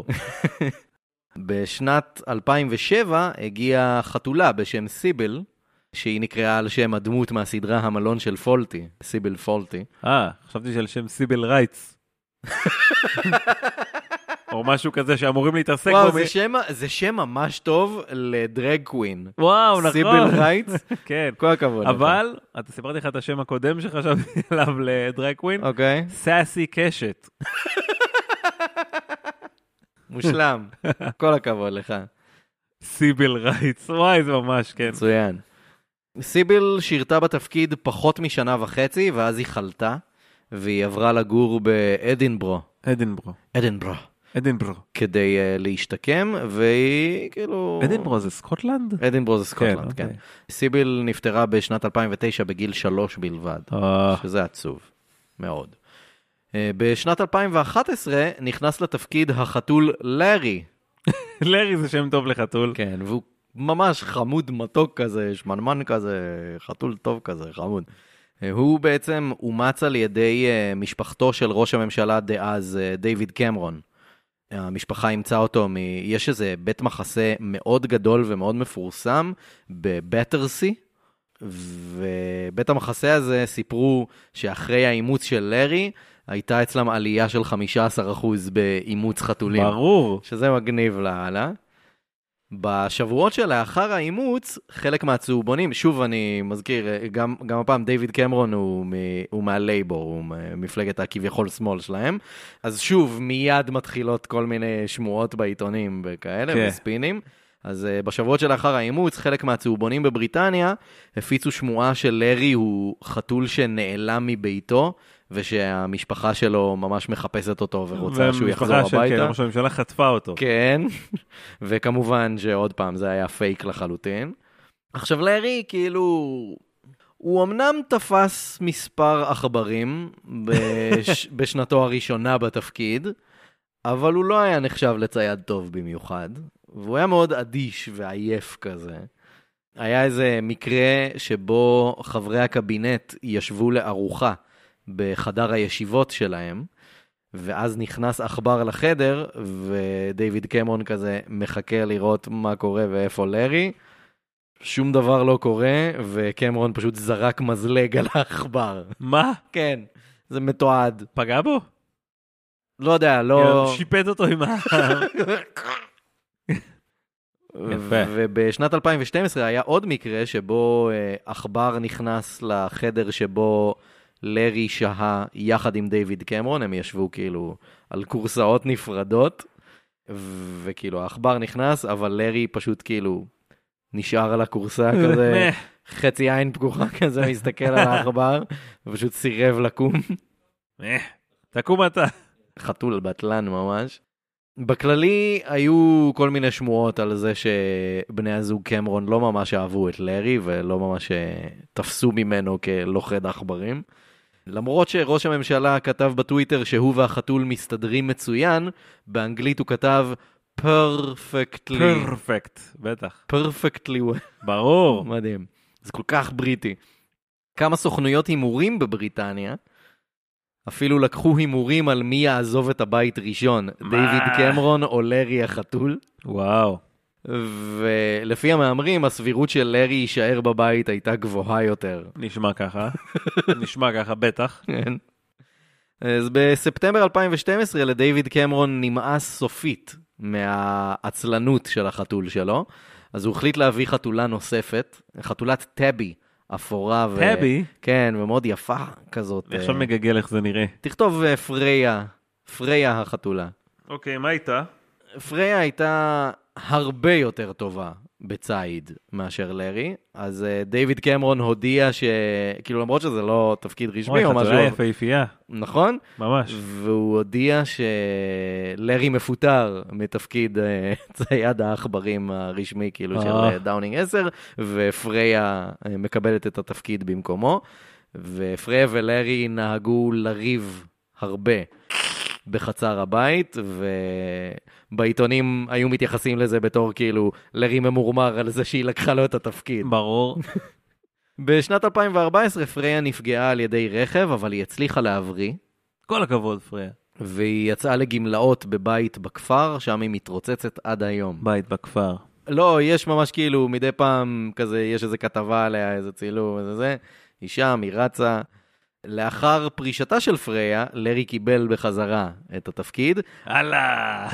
בשנת אלפיים ושבע הגיעה חתולה בשם סיבל, שהיא נקראה על שם הדמות מהסדרה המלון של פולטי, סיבל פולטי. אה, חשבתי שעל שם סיבל רייטס. או משהו כזה שאמורים להתעסק וואו, בו. זה, שם, זה שם ממש טוב לדרג קווין. וואו, נכון. סיבל רייטס. כן. כל הכבוד. אבל, אתה סיפרתי לך את השם הקודם שחשבתי עליו לדרג קווין. אוקיי. סאסי קשת. מושלם. כל הכבוד לך. סיבל רייטס. וואי, זה ממש, כן. מצוין. סיבל שירתה בתפקיד פחות משנה וחצי, ואז היא חלתה, והיא עברה לגור באדינברו. אדינברו. אדינברו. אדינברו. כדי uh, להשתקם, והיא כאילו... אדינברו זה סקוטלנד? אדינברו זה סקוטלנד, כן. כן. אוקיי. סיביל נפטרה בשנת אלפיים ותשע בגיל שלוש בלבד, Oh. שזה עצוב מאוד. Uh, בשנת אלפיים ואחת עשרה נכנס לתפקיד החתול לארי. לארי זה שם טוב לחתול. כן, והוא ממש חמוד מתוק כזה, שמנמן כזה, חתול טוב כזה, חמוד. הוא בעצם אומץ על ידי משפחתו של ראש הממשלה דאז, דיוויד קמרון. המשפחה אימצה אותו, מ... יש איזה בית מחסה מאוד גדול ומאוד מפורסם בבטרסי, ובית המחסה הזה סיפרו שאחרי האימוץ של לארי, הייתה אצלם עלייה של חמישה עשר אחוז באימוץ חתולים. ברור. שזה מגניב להלאה. בשבועות שלאחר האימוץ, חלק מהצהובונים, שוב אני מזכיר, גם, גם הפעם דיוויד קמרון הוא, מ, הוא מהלייבור, הוא מפלגת הכביכול שמאל שלהם, אז שוב מיד מתחילות כל מיני שמועות בעיתונים וכאלה, okay. וספינים. אז uh, בשבועות שלאחר האימוץ, חלק מהצהובונים בבריטניה הפיצו שמועה של לארי הוא חתול שנעלם מביתו, ושהמשפחה שלו ממש מחפשת אותו ורוצה שהוא יחזור הביתה. ומשפחה של ראש הממשלה חטפה אותו. כן, וכמובן שעוד פעם זה היה פייק לחלוטין. עכשיו לארי כאילו, הוא אמנם תפס מספר עכברים בש... בשנתו הראשונה בתפקיד, אבל הוא לא היה נחשב לצייד טוב במיוחד, והוא היה מאוד אדיש ועייף כזה. היה איזה מקרה שבו חברי הקבינט ישבו לארוחה, בחדר הישיבות שלהם, ואז נכנס עכבר לחדר, ודייוויד קמרון כזה מחכה לראות מה קורה ואיפה לארי. שום דבר לא קורה, וקמרון פשוט זרק מזלג על העכבר. מה? כן, זה מתועד. פגע בו? לא יודע, לא... שיפט אותו עם ה... יפה. ובשנת אלפיים ושתים עשרה היה עוד מקרה שבו עכבר נכנס לחדר שבו לארי שהה יחד עם דיוויד קמרון, הם ישבו כאילו על קורסאות נפרדות, וכאילו העכבר נכנס, אבל לארי פשוט כאילו נשאר על הקורסה כזה, חצי עין פקוחה כזה, מסתכל על העכבר, ופשוט סירב לקום. תקום אתה. חתול בטלן ממש. בכללי היו כל מיני שמועות על זה שבני הזוג קמרון לא ממש אהבו את לארי, ולא ממש תפסו ממנו כלוכד עכברים. למרות שראש הממשלה כתב בטוויטר שהוא והחתול מסתדרים מצוין, באנגלית הוא כתב perfectly. perfect, בטח. perfectly. ברור. מדהים. זה כל כך בריטי. כמה סוכנויות הימורים בבריטניה, אפילו לקחו הימורים על מי יעזוב את הבית ראשון, דיוויד קמרון או לארי החתול. וואו. ולפי המאמרים, הסבירות של לארי יישאר בבית הייתה גבוהה יותר. נשמע ככה. נשמע ככה, בטח. כן. אז בספטמבר אלפיים ושתים עשרה לדיוויד קמרון נמאס סופית מהעצלנות של החתול שלו, אז הוא החליט להביא חתולה נוספת, חתולת טאבי, אפורה ו... טאבי? כן, ומאוד יפה כזאת. עכשיו מגגל איך זה נראה. תכתוב פריה, פריה החתולה. אוקיי, מה הייתה? פריה הייתה הרבה יותר טובה בצייד מאשר לארי, אז דיוויד קמרון הודיע ש... כאילו למרות שזה לא תפקיד רשמי או משהו... חתולה יפהפייה. נכון? ממש. והוא הודיע שלארי מפוטר מתפקיד צייד העכברים הרשמי כאילו של דאונינג עשר, ופריה מקבלת את התפקיד במקומו, ופריה ולארי נהגו לריב הרבה בחצר הבית, ובעיתונים היו מתייחסים לזה בתור כאילו לארי ממורמר על זה שהיא לקחה לו את התפקיד. ברור. בשנת אלפיים וארבע עשרה פריה נפגעה על ידי רכב, אבל היא הצליחה להבריא. כל הכבוד, פריה. והיא יצאה לגמלאות בבית בכפר, שם היא מתרוצצת עד היום. בית בכפר. לא, יש ממש כאילו מדי פעם כזה, יש איזה כתבה עליה, איזה צילום, איזה זה. היא שם, היא רצה. לאחר פרישתה של פריה, לארי קיבל בחזרה את התפקיד. הלאה!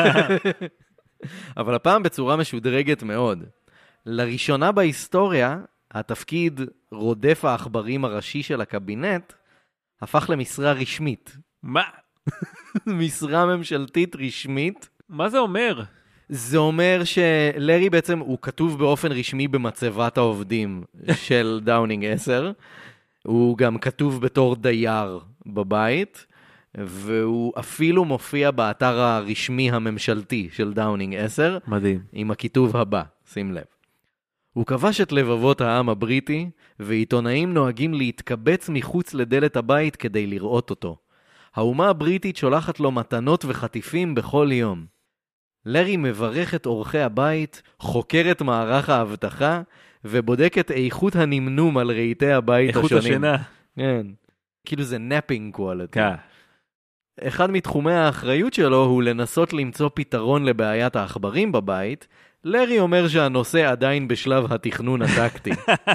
אבל הפעם בצורה משודרגת מאוד. לראשונה בהיסטוריה, התפקיד רודף העכברים הראשי של הקבינט, הפך למשרה רשמית. מה? משרה ממשלתית רשמית. מה זה אומר? זה אומר שלארי בעצם הוא כתוב באופן רשמי במצבת העובדים של דאונינג עשר. הוא גם כתוב בתור דייר בבית, והוא אפילו מופיע באתר הרשמי הממשלתי של דאונינג עשר. מדהים. עם הכיתוב הבא, שים לב. הוא כבש את לבבות העם הבריטי, ועיתונאים נוהגים להתקבץ מחוץ לדלת הבית כדי לראות אותו. האומה הבריטית שולחת לו מתנות וחטיפים בכל יום. לארי מברך את אורחי הבית, חוקר את מערך האבטחה, ובודק את איכות הנמנום על רהיטי הבית השונים. איכות השינה. כן. כאילו זה נפינג קואליטי. כן. אחד מתחומי האחריות שלו הוא לנסות למצוא פתרון לבעיית העכברים בבית. לארי אומר שהנושא עדיין בשלב התכנון הטקטי.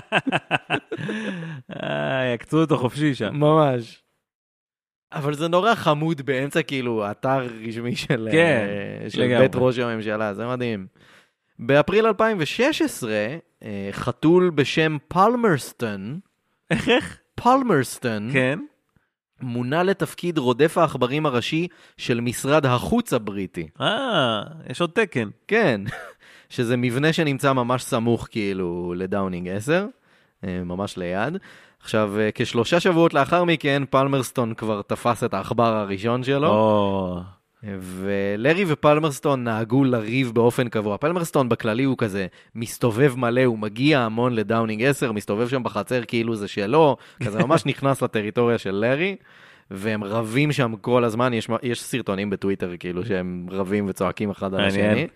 יקצו אותו חופשי שם. ממש. אבל זה נורא חמוד באמצע כאילו אתר רשמי של, כן, של בית ראש הממשלה, זה מדהים. באפריל אלפיים ושש עשרה, חתול בשם פלמרסטון, איך איך? פלמרסטון, כן. מונה לתפקיד רודף העכברים הראשי של משרד החוץ הבריטי. אה, יש עוד תקן. כן, שזה מבנה שנמצא ממש סמוך כאילו לדאונינג עשר, ממש ליד. עכשיו, כשלושה שבועות לאחר מכן, פלמרסטון כבר תפס את העכבר הראשון שלו. או... ולארי ופלמרסטון נהגו לריב באופן קבוע. פלמרסטון בכללי הוא כזה מסתובב מלא, הוא מגיע המון לדאונינג עשר, מסתובב שם בחצר כאילו זה שלו, כזה ממש נכנס לטריטוריה של לארי, והם רבים שם כל הזמן, יש, יש סרטונים בטוויטר כאילו שהם רבים וצועקים אחד על השני.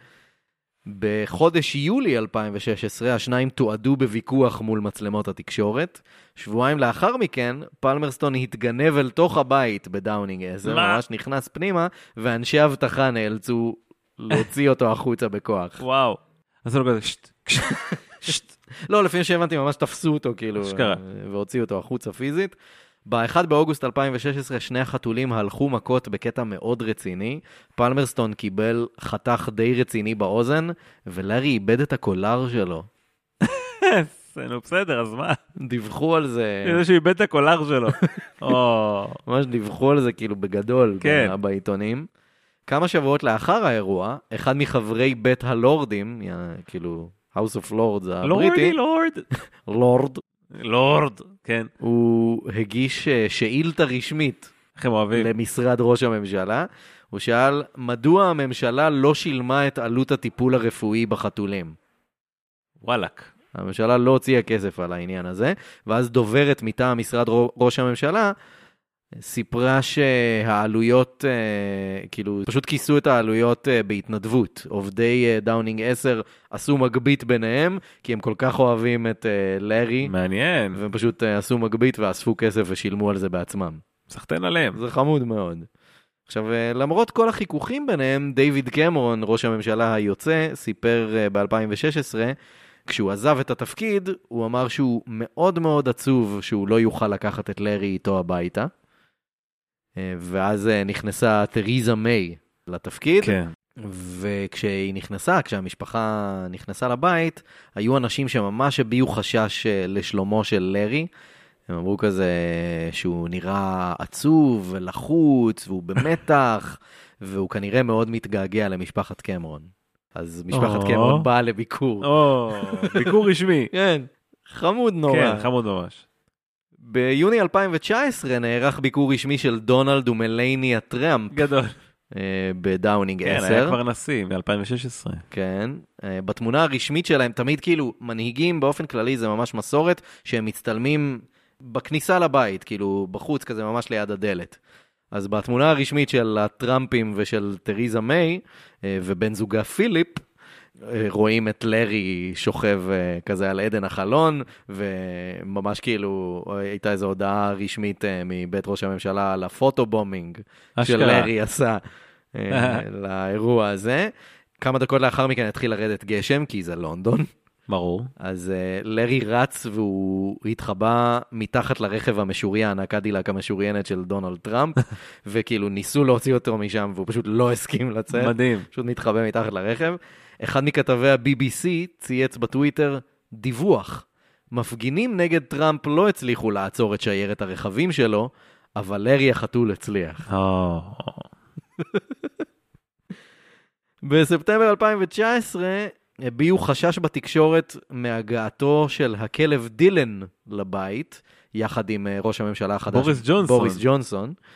בחודש יולי אלפיים ושש עשרה השניים תועדו בוויכוח מול מצלמות התקשורת. שבועיים לאחר מכן פלמרסטון התגנב אל תוך הבית בדאונינג עשר, ממש נכנס פנימה, ואנשי אבטחה נאלצו להוציא אותו החוצה בכוח. וואו. אז זה לא כזה שט, שט. לא, לפי שהבנתי ממש תפסו אותו כאילו, והוציאו אותו החוצה פיזית. ב-אחד באוגוסט אלפיים ושש עשרה שני החתולים הלכו מכות בקטע מאוד רציני. פלמרסטון קיבל חתך די רציני באוזן, ולארי איבד את הקולר שלו. נו בסדר, אז מה? דיווחו על זה. זה שהוא איבד את הקולר שלו. ממש דיווחו על זה כאילו בגדול בעיתונים. כמה שבועות לאחר האירוע, אחד מחברי בית הלורדים, כאילו House of Lords הבריטי. לורדי, לורד. לורד. לורד, כן. הוא הגיש שאילתה רשמית למשרד ראש הממשלה. הוא שאל, מדוע הממשלה לא שילמה את עלות הטיפול הרפואי בחתולים? וואלק. הממשלה לא הוציאה כסף על העניין הזה, ואז דוברת מטעם משרד ראש הממשלה, סיפרה שהעלויות, כאילו, פשוט כיסו את העלויות בהתנדבות. עובדי דאונינג עשר עשו מגבית ביניהם, כי הם כל כך אוהבים את לארי. מעניין. והם פשוט עשו מגבית ואספו כסף ושילמו על זה בעצמם. סחטן עליהם. זה חמוד מאוד. עכשיו, למרות כל החיכוכים ביניהם, דיוויד קמרון, ראש הממשלה היוצא, סיפר ב-אלפיים ושש עשרה, כשהוא עזב את התפקיד, הוא אמר שהוא מאוד מאוד עצוב שהוא לא יוכל לקחת את לארי איתו הביתה. ואז נכנסה תריזה מיי לתפקיד, כן. וכשהיא נכנסה, כשהמשפחה נכנסה לבית, היו אנשים שממש הביעו חשש לשלומו של לארי. הם אמרו כזה שהוא נראה עצוב ולחוץ, והוא במתח, והוא כנראה מאוד מתגעגע למשפחת קמרון. אז משפחת קמרון באה לביקור. ביקור רשמי. כן, חמוד נורא. כן, חמוד ממש. ביוני אלפיים תשע עשרה נערך ביקור רשמי של דונלד ומלניה טראמפ. גדול. בדאונינג עשר. כן, היה כבר נשיא ב-אלפיים ושש עשרה. כן. בתמונה הרשמית שלהם, תמיד כאילו מנהיגים באופן כללי, זה ממש מסורת, שהם מצטלמים בכניסה לבית, כאילו בחוץ כזה ממש ליד הדלת. אז בתמונה הרשמית של הטראמפים ושל תריזה מיי, ובן זוגה פיליפ, רואים את לארי שוכב כזה על עדן החלון, וממש כאילו הייתה איזו הודעה רשמית מבית ראש הממשלה על הפוטובומינג של לארי עשה לאירוע הזה. כמה דקות לאחר מכן התחיל לרדת גשם, כי זה לונדון. ברור. אז לארי רץ והוא התחבא מתחת לרכב המשוריין, הקדילק המשוריינת של דונלד טראמפ, וכאילו ניסו להוציא אותו משם, והוא פשוט לא הסכים לצאת. מדהים. פשוט מתחבא מתחת לרכב. אחד מכתבי ה-בי בי סי צייץ בטוויטר, דיווח. מפגינים נגד טראמפ לא הצליחו לעצור את שיירת הרכבים שלו, אבל לארי החתול הצליח. בספטמבר אלפיים תשע עשרה, הביעו חשש בתקשורת מהגעתו של הכלב דילן לבית, יחד עם ראש הממשלה החדש. בוריס ג'ונסון. בוריס ג'ונסון.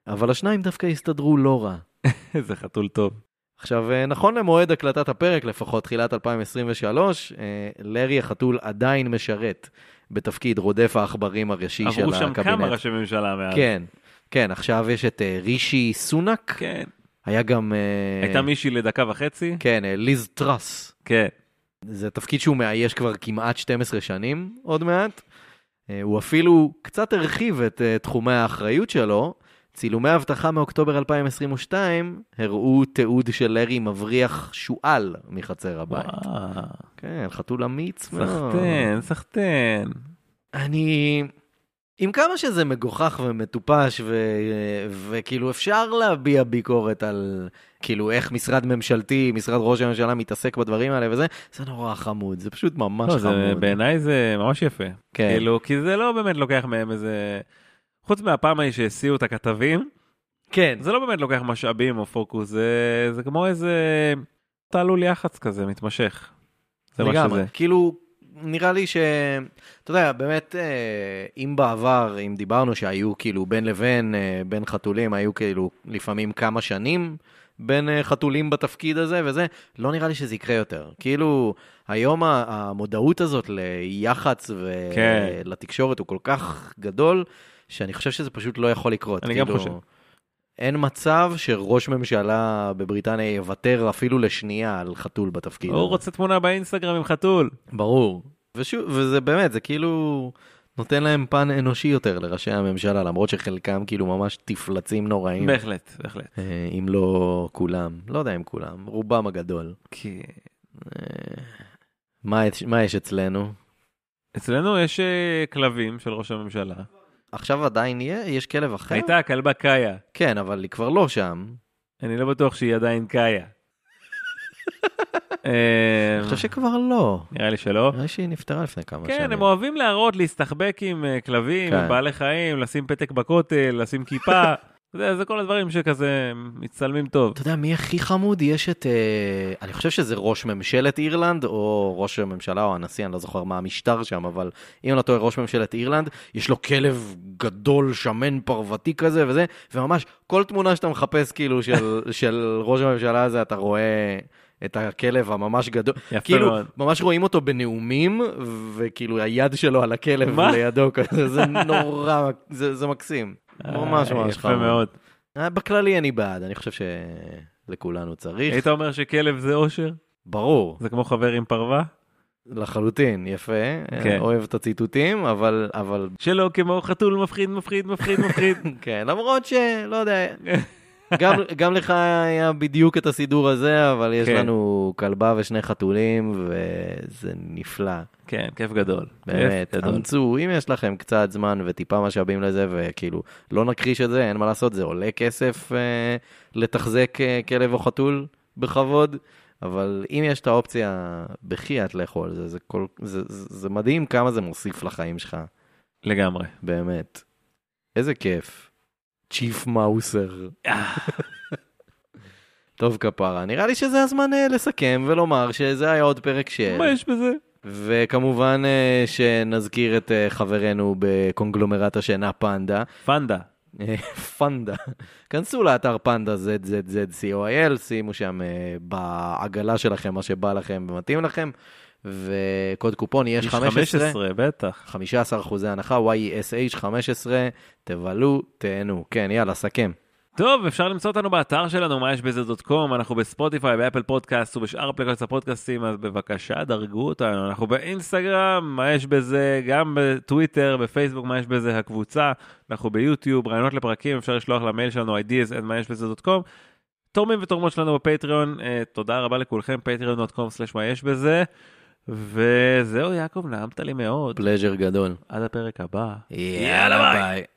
אבל השניים דווקא הסתדרו לא רע. זה חתול טוב. עכשיו, נכון למועד הקלטת הפרק, לפחות תחילת אלפיים עשרים ושלוש, לארי החתול עדיין משרת בתפקיד רודף האחברים הראשי של הקבינט. עברו שם כמה ראשי ממשלה מאז. כן, כן, עכשיו יש את רישי סונק. כן. היה גם... הייתה מישהי לדקה וחצי. כן, ליז טרס. כן. זה תפקיד שהוא מאייש כבר כמעט שתים עשרה שנים, עוד מעט. הוא אפילו קצת הרחיב את תחומי האחריות שלו. צילומי הבטחה מאוקטובר אלפיים עשרים ושתיים הראו תיעוד של לארי מבריח שואל מחצר הבית. וואו. כן, חתול אמיץ מאוד. סחטן, סחטן. אני... עם כמה שזה מגוחך ומטופש, ו... וכאילו אפשר להביע ביקורת על כאילו איך משרד ממשלתי, משרד ראש הממשלה מתעסק בדברים האלה וזה, זה נורא חמוד, זה פשוט ממש לא, חמוד. זה, בעיניי זה ממש יפה. כן. כאילו, כי זה לא באמת לוקח מהם איזה... חוץ מהפעם ההיא שהסיעו את הכתבים, כן. זה לא באמת לוקח משאבים או פוקוס, זה, זה כמו איזה תעלול יחץ כזה, מתמשך. זה מה שזה. כאילו, נראה לי ש... אתה יודע, באמת, אם בעבר, אם דיברנו שהיו כאילו בין לבין, בין חתולים, היו כאילו לפעמים כמה שנים בין חתולים בתפקיד הזה וזה, לא נראה לי שזה יקרה יותר. כאילו, היום המודעות הזאת ליחץ ולתקשורת הוא כל כך גדול, שאני חושב שזה פשוט לא יכול לקרות. אני כאילו, גם חושב. אין מצב שראש ממשלה בבריטניה יוותר אפילו לשנייה על חתול בתפקיד. הוא רוצה תמונה באינסטגרם עם חתול. ברור. ושוב, וזה באמת, זה כאילו נותן להם פן אנושי יותר לראשי הממשלה, למרות שחלקם כאילו ממש תפלצים נוראים. בהחלט, בהחלט. אם לא כולם. לא יודע אם כולם. רובם הגדול. כי... מה, מה יש אצלנו? אצלנו יש כלבים של ראש הממשלה. עכשיו עדיין יהיה? יש כלב אחר? הייתה כלבה קאיה. כן, אבל היא כבר לא שם. אני לא בטוח שהיא עדיין קאיה. אני חושב שכבר לא. נראה לי שלא. נראה לי שהיא נפטרה לפני כמה שנים. כן, הם אוהבים להראות, להסתחבק עם כלבים, עם בעלי חיים, לשים פתק בכותל, לשים כיפה. זה, זה כל הדברים שכזה מצטלמים טוב. אתה יודע, מי הכי חמוד? יש את... אה, אני חושב שזה ראש ממשלת אירלנד, או ראש הממשלה, או הנשיא, אני לא זוכר מה המשטר שם, אבל אם לא טועה ראש ממשלת אירלנד, יש לו כלב גדול, שמן, פרותי כזה וזה, וממש כל תמונה שאתה מחפש כאילו של, של ראש הממשלה הזה, אתה רואה את הכלב הממש גדול. יפה כאילו, מאוד. ממש רואים אותו בנאומים, וכאילו היד שלו על הכלב מה? לידו, כזה, זה נורא, זה, זה מקסים. ממש ממש חמוד. יפה מאוד. בכללי אני בעד, אני חושב שלכולנו צריך. היית אומר שכלב זה אושר? ברור. זה כמו חבר עם פרווה? לחלוטין, יפה. כן. אוהב את הציטוטים, אבל... אבל... שלא כמו חתול מפחיד, מפחיד, מפחיד, מפחיד. כן, למרות שלא יודע... גם, גם לך היה בדיוק את הסידור הזה, אבל יש כן. לנו כלבה ושני חתולים, וזה נפלא. כן, כיף גדול. באמת, כיף גדול. אמצו, אם יש לכם קצת זמן וטיפה משאבים לזה, וכאילו, לא נכחיש את זה, אין מה לעשות, זה עולה כסף אה, לתחזק אה, כלב או חתול בכבוד, אבל אם יש את האופציה בחייאת לאכול, זה, זה, כל, זה, זה, זה מדהים כמה זה מוסיף לחיים שלך. לגמרי. באמת. איזה כיף. צ'יף מאוסר. טוב כפרה, נראה לי שזה הזמן uh, לסכם ולומר שזה היה עוד פרק של... מה יש בזה? וכמובן uh, שנזכיר את uh, חברנו בקונגלומרט השינה פנדה. פנדה. פנדה. כנסו לאתר פנדה זד זד זד סי או איי אל, שימו שם uh, בעגלה שלכם מה שבא לכם ומתאים לכם. וקוד קופון יש חמש עשרה. יש חמש עשרה, בטח. חמישה עשר אחוזי הנחה, וואי אס אייץ' חמש עשרה, תבלו, תהנו. כן, יאללה, סכם. טוב, אפשר למצוא אותנו באתר שלנו, מה יש בזה דוט קום, אנחנו בספוטיפיי, באפל פודקאסט ובשאר אפליקציות הפודקאסטים, אז בבקשה, דרגו אותנו. אנחנו באינסטגרם, מה יש בזה, גם בטוויטר, בפייסבוק, מה יש בזה, הקבוצה, אנחנו ביוטיוב, רעיונות לפרקים, אפשר לשלוח למייל שלנו, ideas at מה יש בזה דוט קום. תורמים ותורמות שלנו בפטריון, תודה רבה לכולכם, פטריון דוט קום סלש מה יש בזה. וזהו, יעקב, נעמת לי מאוד. פלז'ר גדול. עד הפרק הבא. יאללה ביי.